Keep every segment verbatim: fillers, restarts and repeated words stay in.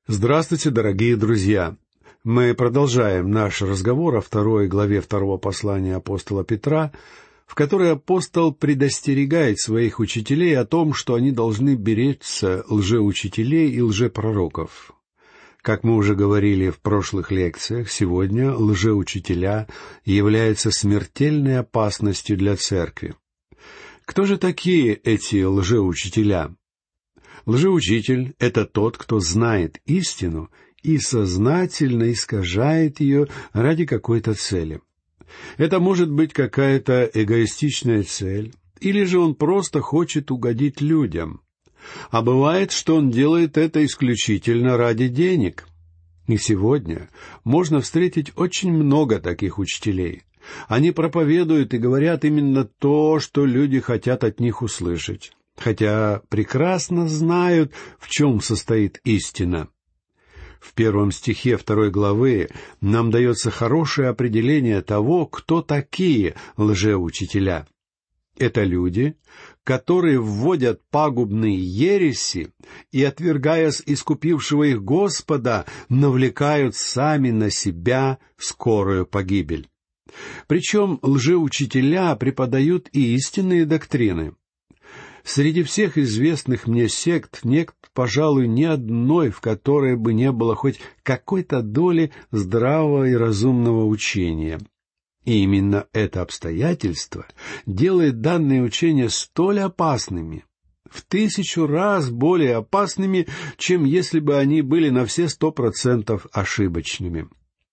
Здравствуйте, дорогие друзья! Мы продолжаем наш разговор о второй главе второго послания апостола Петра, в которой апостол предостерегает своих учителей о том, что они должны беречься лжеучителей и лжепророков. Как мы уже говорили в прошлых лекциях, сегодня лжеучителя являются смертельной опасностью для церкви. Кто же такие эти лжеучителя? Лжеучитель — это тот, кто знает истину и сознательно искажает ее ради какой-то цели. Это может быть какая-то эгоистичная цель, или же он просто хочет угодить людям. А бывает, что он делает это исключительно ради денег. И сегодня можно встретить очень много таких учителей. Они проповедуют и говорят именно то, что люди хотят от них услышать, хотя прекрасно знают, в чем состоит истина. В первом стихе второй главы нам дается хорошее определение того, кто такие лжеучителя. Это люди, которые вводят пагубные ереси и, отвергая искупившего их Господа, навлекают сами на себя скорую погибель. Причем лжеучителя преподают и истинные доктрины. Среди всех известных мне сект нет, пожалуй, ни одной, в которой бы не было хоть какой-то доли здравого и разумного учения. И именно это обстоятельство делает данные учения столь опасными, в тысячу раз более опасными, чем если бы они были на все сто процентов ошибочными.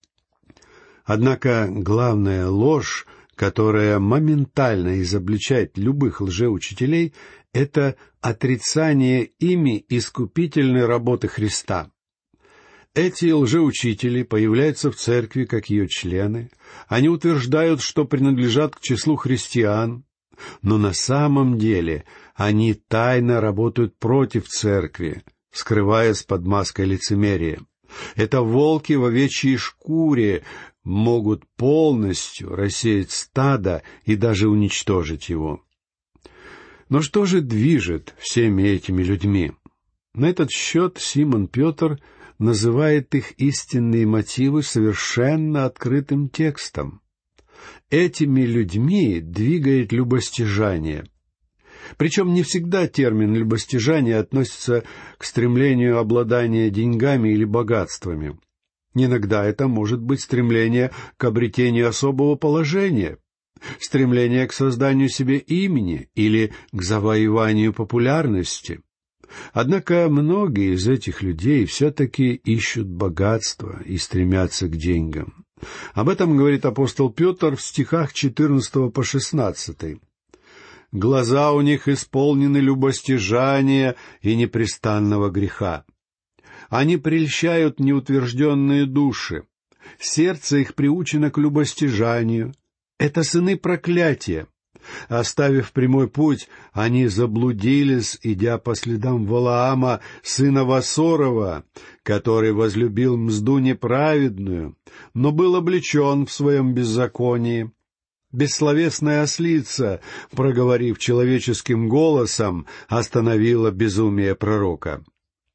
Однако главная ложь, которая моментально изобличает любых лжеучителей, это отрицание ими искупительной работы Христа. Эти лжеучители появляются в церкви как ее члены, они утверждают, что принадлежат к числу христиан, но на самом деле они тайно работают против церкви, скрываясь под маской лицемерия. Это волки в овечьей шкуре могут полностью рассеять стадо и даже уничтожить его. Но что же движет всеми этими людьми? На этот счет Симон Петр называет их истинные мотивы совершенно открытым текстом. Этими людьми двигает любостяжание. Причем не всегда термин «любостяжание» относится к стремлению обладания деньгами или богатствами. Иногда это может быть стремление к обретению особого положения, стремление к созданию себе имени или к завоеванию популярности. Однако многие из этих людей все-таки ищут богатство и стремятся к деньгам. Об этом говорит апостол Петр в стихах четырнадцатого по шестнадцатый. «Глаза у них исполнены любостяжания и непрестанного греха. Они прельщают неутвержденные души. Сердце их приучено к любостяжанию. Это сыны проклятия. Оставив прямой путь, они заблудились, идя по следам Валаама, сына Васорова, который возлюбил мзду неправедную, но был облечен в своем беззаконии. Бессловесная ослица, проговорив человеческим голосом, остановила безумие пророка».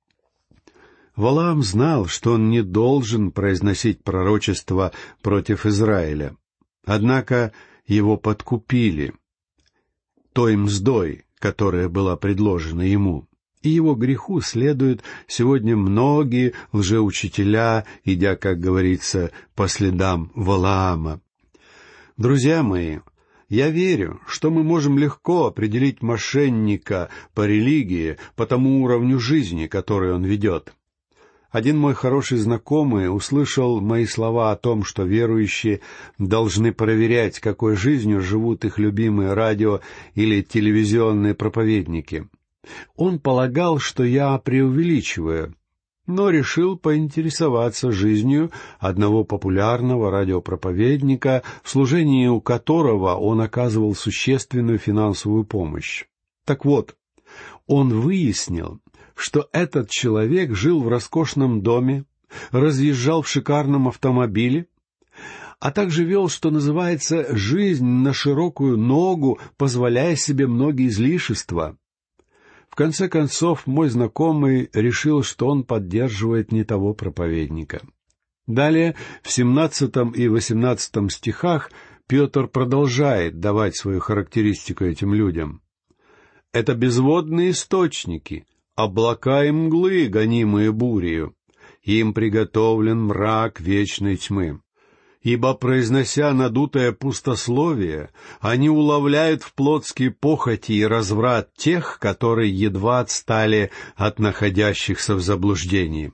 Валаам знал, что он не должен произносить пророчество против Израиля. Однако его подкупили той мздой, которая была предложена ему. И его греху следуют сегодня многие лжеучителя, идя, как говорится, по следам Валаама. Друзья мои, я верю, что мы можем легко определить мошенника по религии, по тому уровню жизни, который он ведет. Один мой хороший знакомый услышал мои слова о том, что верующие должны проверять, какой жизнью живут их любимые радио или телевизионные проповедники. Он полагал, что я преувеличиваю, но решил поинтересоваться жизнью одного популярного радиопроповедника, в служении у которого он оказывал существенную финансовую помощь. Так вот, он выяснил, что этот человек жил в роскошном доме, разъезжал в шикарном автомобиле, а также вел, что называется, жизнь на широкую ногу, позволяя себе многие излишества. В конце концов, мой знакомый решил, что он поддерживает не того проповедника. Далее, в семнадцатом и восемнадцатом стихах Петр продолжает давать свою характеристику этим людям. «Это безводные источники, облака и мглы, гонимые бурею. Им приготовлен мрак вечной тьмы. Ибо, произнося надутое пустословие, они уловляют в плотские похоти и разврат тех, которые едва отстали от находящихся в заблуждении».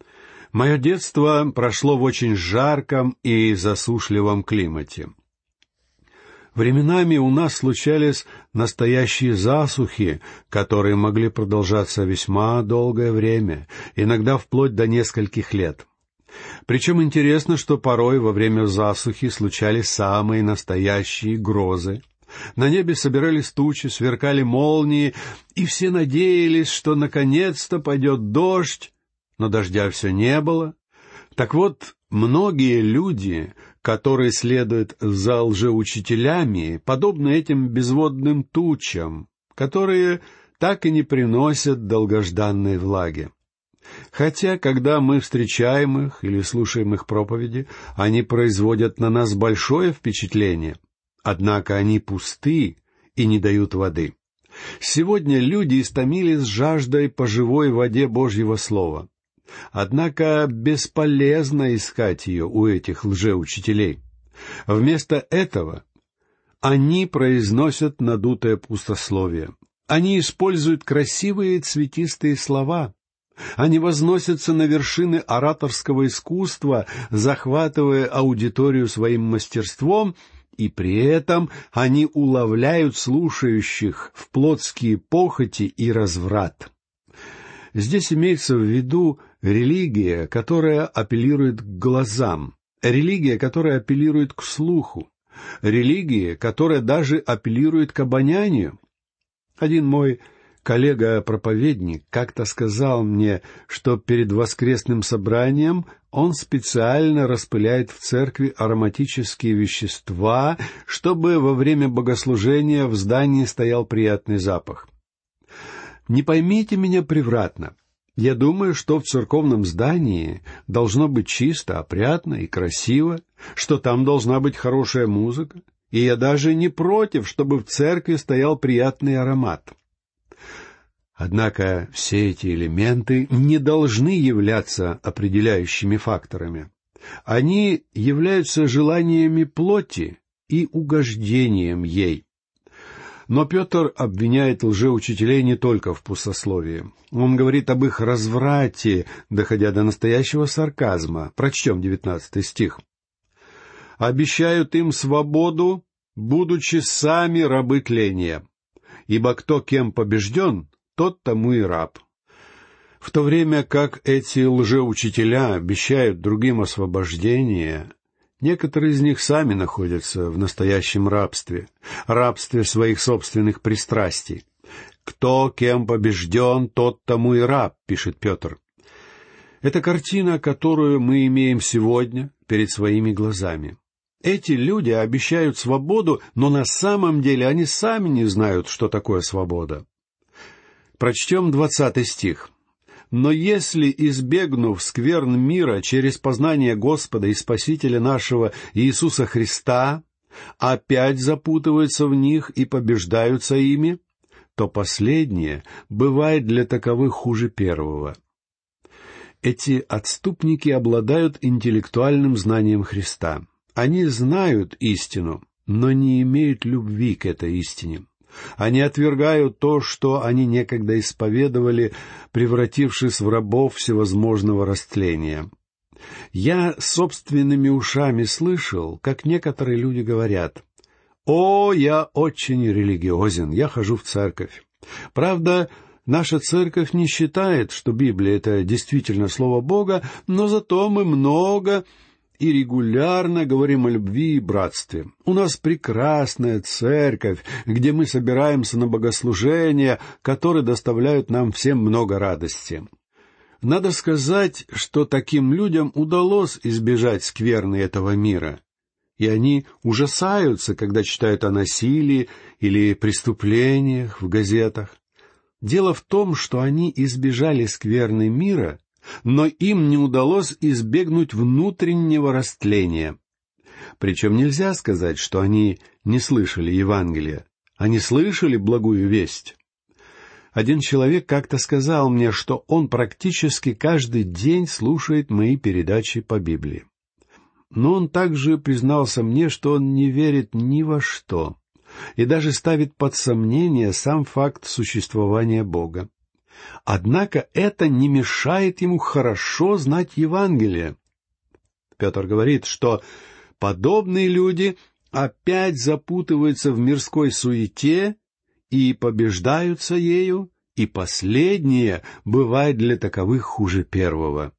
Мое детство прошло в очень жарком и засушливом климате. Временами у нас случались настоящие засухи, которые могли продолжаться весьма долгое время, иногда вплоть до нескольких лет. Причем интересно, что порой во время засухи случались самые настоящие грозы. На небе собирались тучи, сверкали молнии, и все надеялись, что наконец-то пойдет дождь, но дождя все не было. Так вот, многие люди, которые следуют за лжеучителями, подобны этим безводным тучам, которые так и не приносят долгожданной влаги. Хотя, когда мы встречаем их или слушаем их проповеди, они производят на нас большое впечатление, однако они пусты и не дают воды. Сегодня люди истомились жаждой по живой воде Божьего Слова. Однако бесполезно искать ее у этих лжеучителей. Вместо этого они произносят надутое пустословие. Они используют красивые цветистые слова. Они возносятся на вершины ораторского искусства, захватывая аудиторию своим мастерством, и при этом они уловляют слушающих в плотские похоти и разврат. Здесь имеется в виду религия, которая апеллирует к глазам, религия, которая апеллирует к слуху, религия, которая даже апеллирует к обонянию. Один мой коллега-проповедник как-то сказал мне, что перед воскресным собранием он специально распыляет в церкви ароматические вещества, чтобы во время богослужения в здании стоял приятный запах. Не поймите меня превратно. Я думаю, что в церковном здании должно быть чисто, опрятно и красиво, что там должна быть хорошая музыка, и я даже не против, чтобы в церкви стоял приятный аромат. Однако все эти элементы не должны являться определяющими факторами. Они являются желаниями плоти и угождением ей. Но Петр обвиняет лжеучителей не только в пустословии. Он говорит об их разврате, доходя до настоящего сарказма. Прочтем девятнадцатый стих. «Обещают им свободу, будучи сами рабы тления. Ибо кто кем побежден, тот тому и раб». В то время как эти лжеучителя обещают другим освобождение, некоторые из них сами находятся в настоящем рабстве, рабстве своих собственных пристрастий. «Кто кем побежден, тот тому и раб», — пишет Петр. Это картина, которую мы имеем сегодня перед своими глазами. Эти люди обещают свободу, но на самом деле они сами не знают, что такое свобода. Прочтем двадцатый стих. «Но если, избегнув скверн мира через познание Господа и Спасителя нашего Иисуса Христа, опять запутываются в них и побеждаются ими, то последнее бывает для таковых хуже первого». Эти отступники обладают интеллектуальным знанием Христа. Они знают истину, но не имеют любви к этой истине. Они отвергают то, что они некогда исповедовали, превратившись в рабов всевозможного растления. Я собственными ушами слышал, как некоторые люди говорят: «О, я очень религиозен, я хожу в церковь». Правда, наша церковь не считает, что Библия — это действительно Слово Бога, но зато мы много и регулярно говорим о любви и братстве. У нас прекрасная церковь, где мы собираемся на богослужения, которые доставляют нам всем много радости. Надо сказать, что таким людям удалось избежать скверны этого мира, и они ужасаются, когда читают о насилии или преступлениях в газетах. Дело в том, что они избежали скверны мира, но им не удалось избегнуть внутреннего растления. Причем нельзя сказать, что они не слышали Евангелия. Они слышали благую весть. Один человек как-то сказал мне, что он практически каждый день слушает мои передачи по Библии. Но он также признался мне, что он не верит ни во что и даже ставит под сомнение сам факт существования Бога. Однако это не мешает ему хорошо знать Евангелие. Петр говорит, что подобные люди опять запутываются в мирской суете и побеждаются ею, и последнее бывает для таковых хуже первого.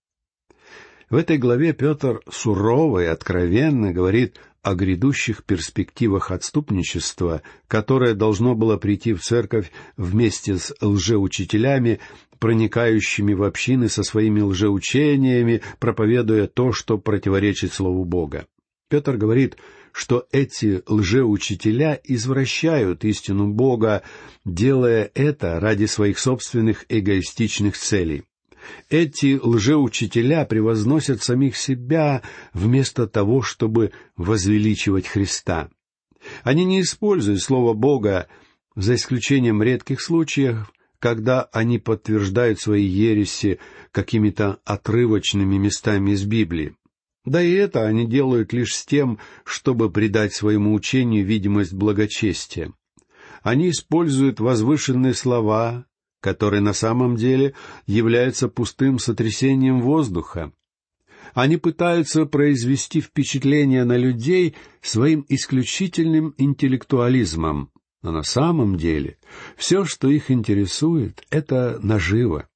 В этой главе Петр сурово и откровенно говорит о грядущих перспективах отступничества, которое должно было прийти в церковь вместе с лжеучителями, проникающими в общины со своими лжеучениями, проповедуя то, что противоречит Слову Бога. Петр говорит, что эти лжеучителя извращают истину Бога, делая это ради своих собственных эгоистичных целей. Эти лжеучителя превозносят самих себя вместо того, чтобы возвеличивать Христа. Они не используют Слово Бога, за исключением редких случаев, когда они подтверждают свои ереси какими-то отрывочными местами из Библии. Да и это они делают лишь с тем, чтобы придать своему учению видимость благочестия. Они используют возвышенные слова, которые на самом деле являются пустым сотрясением воздуха. Они пытаются произвести впечатление на людей своим исключительным интеллектуализмом, но на самом деле все, что их интересует, — это нажива.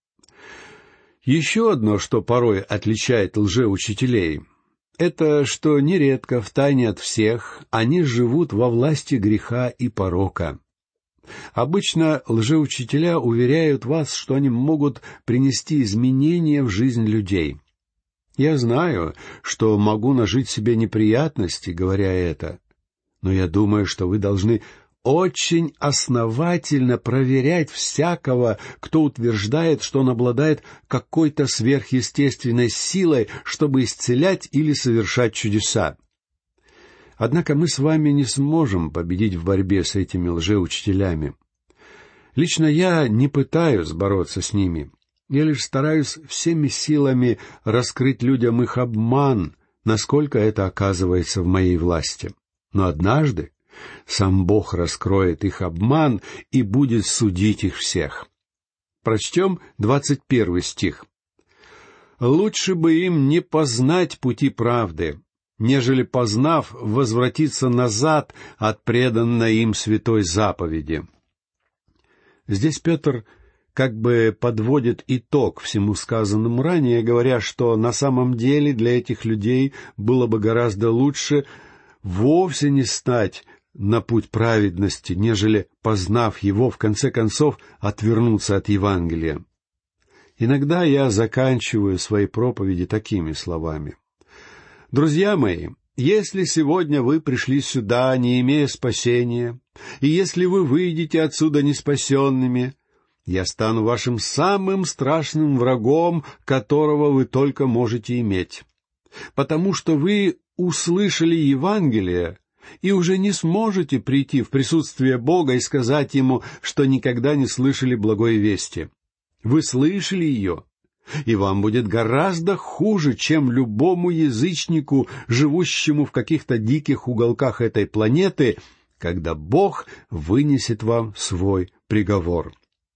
Еще одно, что порой отличает лжеучителей — это что нередко втайне от всех они живут во власти греха и порока. Обычно лжеучителя уверяют вас, что они могут принести изменения в жизнь людей. Я знаю, что могу нажить себе неприятности, говоря это, но я думаю, что вы должны очень основательно проверять всякого, кто утверждает, что он обладает какой-то сверхъестественной силой, чтобы исцелять или совершать чудеса. Однако мы с вами не сможем победить в борьбе с этими лжеучителями. Лично я не пытаюсь бороться с ними. Я лишь стараюсь всеми силами раскрыть людям их обман, насколько это оказывается в моей власти. Но однажды сам Бог раскроет их обман и будет судить их всех. Прочтем двадцать первый стих. «Лучше бы им не познать пути правды, нежели, познав, возвратиться назад от преданной им святой заповеди». Здесь Петр как бы подводит итог всему сказанному ранее, говоря, что на самом деле для этих людей было бы гораздо лучше вовсе не стать на путь праведности, нежели, познав его, в конце концов, отвернуться от Евангелия. Иногда я заканчиваю свои проповеди такими словами. Друзья мои, если сегодня вы пришли сюда, не имея спасения, и если вы выйдете отсюда неспасенными, я стану вашим самым страшным врагом, которого вы только можете иметь, потому что вы услышали Евангелие, и уже не сможете прийти в присутствие Бога и сказать Ему, что никогда не слышали благой вести. Вы слышали ее, и вам будет гораздо хуже, чем любому язычнику, живущему в каких-то диких уголках этой планеты, когда Бог вынесет вам свой приговор.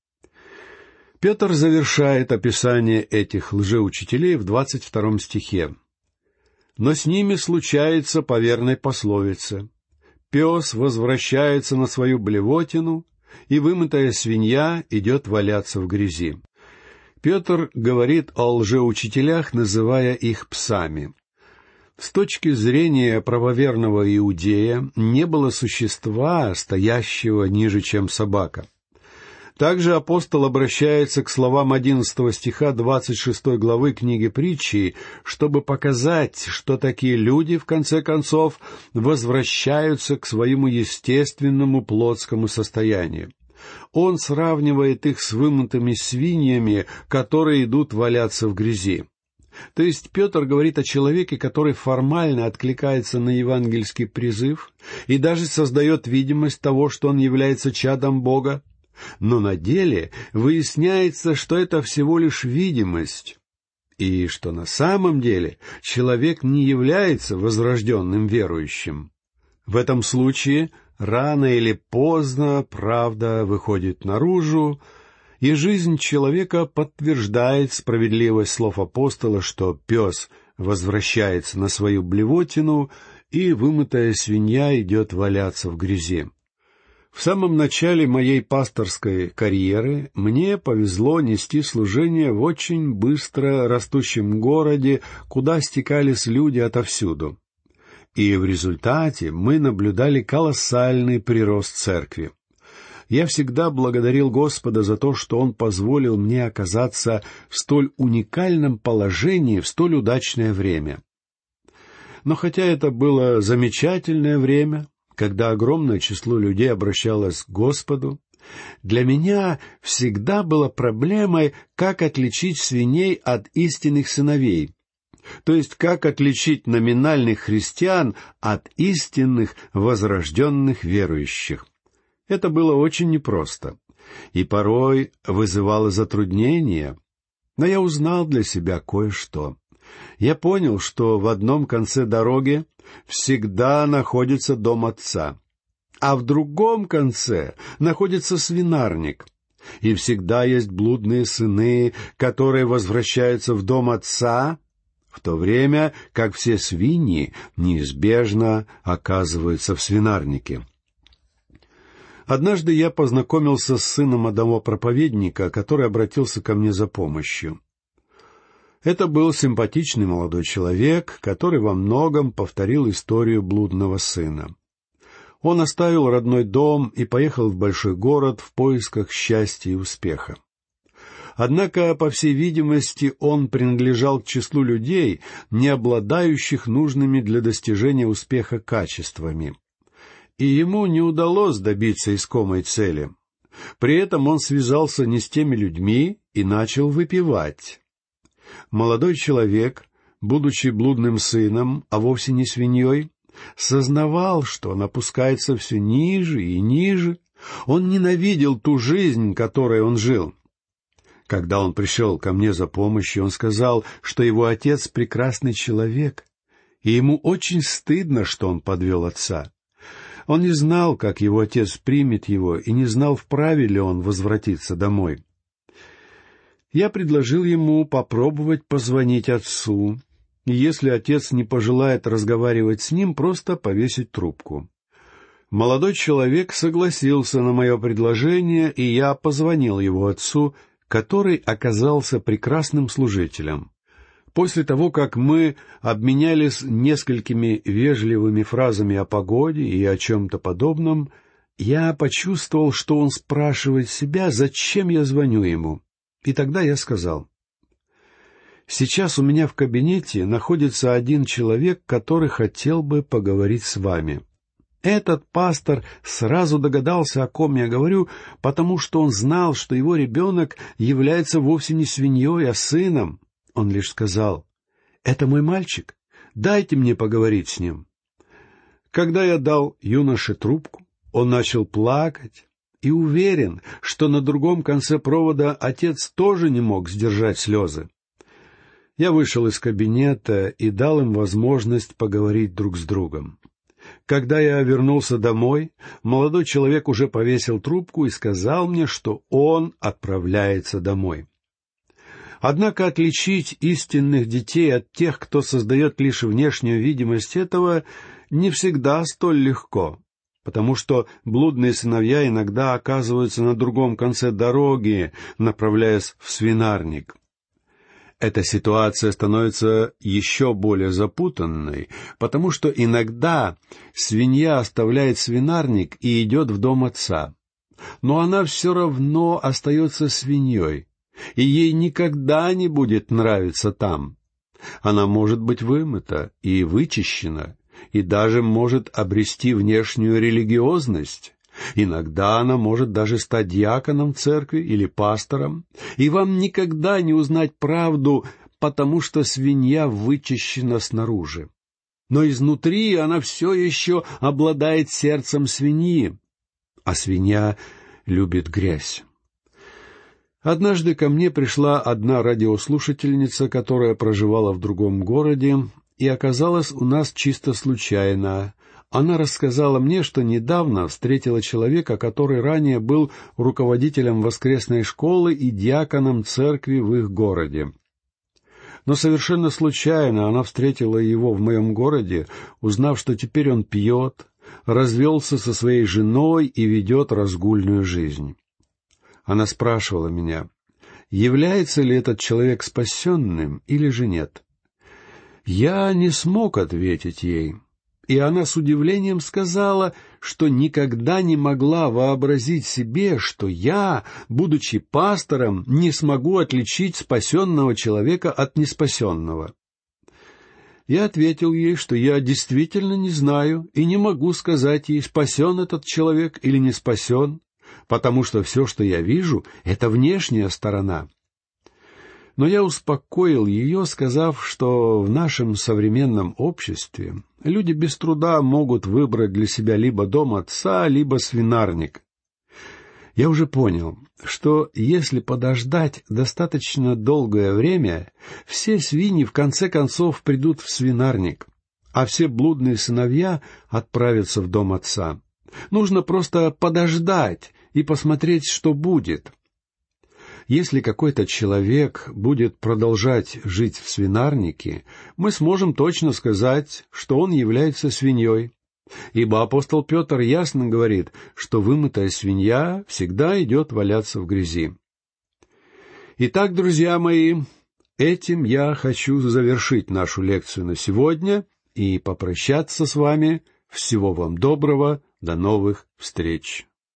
Петр завершает описание этих лжеучителей в двадцать втором стихе. «Но с ними случается по верной пословице: пес возвращается на свою блевотину, и вымытая свинья идет валяться в грязи». Петр говорит о лжеучителях, называя их псами. С точки зрения правоверного иудея не было существа, стоящего ниже, чем собака. Также апостол обращается к словам одиннадцатого стиха двадцать шестой главы книги Притчи, чтобы показать, что такие люди, в конце концов, возвращаются к своему естественному плотскому состоянию. Он сравнивает их с вымытыми свиньями, которые идут валяться в грязи. То есть Петр говорит о человеке, который формально откликается на евангельский призыв и даже создает видимость того, что он является чадом Бога, но на деле выясняется, что это всего лишь видимость, и что на самом деле человек не является возрожденным верующим. В этом случае рано или поздно правда выходит наружу, и жизнь человека подтверждает справедливость слов апостола, что пес возвращается на свою блевотину, и вымытая свинья идет валяться в грязи. В самом начале моей пасторской карьеры мне повезло нести служение в очень быстро растущем городе, куда стекались люди отовсюду. И в результате мы наблюдали колоссальный прирост церкви. Я всегда благодарил Господа за то, что Он позволил мне оказаться в столь уникальном положении в столь удачное время. Но хотя это было замечательное время, когда огромное число людей обращалось к Господу, для меня всегда была проблемой, как отличить свиней от истинных сыновей, то есть как отличить номинальных христиан от истинных возрожденных верующих. Это было очень непросто и порой вызывало затруднения, но я узнал для себя кое-что. Я понял, что в одном конце дороги всегда находится дом отца, а в другом конце находится свинарник, и всегда есть блудные сыны, которые возвращаются в дом отца, в то время как все свиньи неизбежно оказываются в свинарнике. Однажды я познакомился с сыном одного проповедника, который обратился ко мне за помощью. Это был симпатичный молодой человек, который во многом повторил историю блудного сына. Он оставил родной дом и поехал в большой город в поисках счастья и успеха. Однако, по всей видимости, он принадлежал к числу людей, не обладающих нужными для достижения успеха качествами. И ему не удалось добиться искомой цели. При этом он связался не с теми людьми и начал выпивать. Молодой человек, будучи блудным сыном, а вовсе не свиньей, сознавал, что он опускается все ниже и ниже. Он ненавидел ту жизнь, которой он жил. Когда он пришел ко мне за помощью, он сказал, что его отец прекрасный человек, и ему очень стыдно, что он подвел отца. Он не знал, как его отец примет его, и не знал, вправе ли он возвратиться домой. Я предложил ему попробовать позвонить отцу, и если отец не пожелает разговаривать с ним, просто повесить трубку. Молодой человек согласился на мое предложение, и я позвонил его отцу, который оказался прекрасным служителем. После того, как мы обменялись несколькими вежливыми фразами о погоде и о чем-то подобном, я почувствовал, что он спрашивает себя, зачем я звоню ему. И тогда я сказал: «Сейчас у меня в кабинете находится один человек, который хотел бы поговорить с вами». Этот пастор сразу догадался, о ком я говорю, потому что он знал, что его ребенок является вовсе не свиньей, а сыном. Он лишь сказал: «Это мой мальчик, дайте мне поговорить с ним». Когда я дал юноше трубку, он начал плакать и уверен, что на другом конце провода отец тоже не мог сдержать слезы. Я вышел из кабинета и дал им возможность поговорить друг с другом. Когда я вернулся домой, молодой человек уже повесил трубку и сказал мне, что он отправляется домой. Однако отличить истинных детей от тех, кто создает лишь внешнюю видимость этого, не всегда столь легко, потому что блудные сыновья иногда оказываются на другом конце дороги, направляясь в свинарник. Эта ситуация становится еще более запутанной, потому что иногда свинья оставляет свинарник и идет в дом отца, но она все равно остается свиньей, и ей никогда не будет нравиться там. Она может быть вымыта и вычищена, и даже может обрести внешнюю религиозность, Иногда она может даже стать диаконом в церкви или пастором, и вам никогда не узнать правду, потому что свинья вычищена снаружи. Но изнутри она все еще обладает сердцем свиньи, а свинья любит грязь. Однажды ко мне пришла одна радиослушательница, которая проживала в другом городе, и оказалась у нас чисто случайно. Она рассказала мне, что недавно встретила человека, который ранее был руководителем воскресной школы и диаконом церкви в их городе. Но совершенно случайно она встретила его в моем городе, узнав, что теперь он пьет, развелся со своей женой и ведет разгульную жизнь. Она спрашивала меня, является ли этот человек спасенным или же нет. Я не смог ответить ей, и она с удивлением сказала, что никогда не могла вообразить себе, что я, будучи пастором, не смогу отличить спасенного человека от неспасенного. Я ответил ей, что я действительно не знаю и не могу сказать ей, спасен этот человек или не спасен, потому что все, что я вижу, — это внешняя сторона. Но я успокоил ее, сказав, что в нашем современном обществе люди без труда могут выбрать для себя либо дом отца, либо свинарник. Я уже понял, что если подождать достаточно долгое время, все свиньи в конце концов придут в свинарник, а все блудные сыновья отправятся в дом отца. Нужно просто подождать и посмотреть, что будет. Если какой-то человек будет продолжать жить в свинарнике, мы сможем точно сказать, что он является свиньей. Ибо апостол Петр ясно говорит, что вымытая свинья всегда идет валяться в грязи. Итак, друзья мои, этим я хочу завершить нашу лекцию на сегодня и попрощаться с вами. Всего вам доброго, до новых встреч.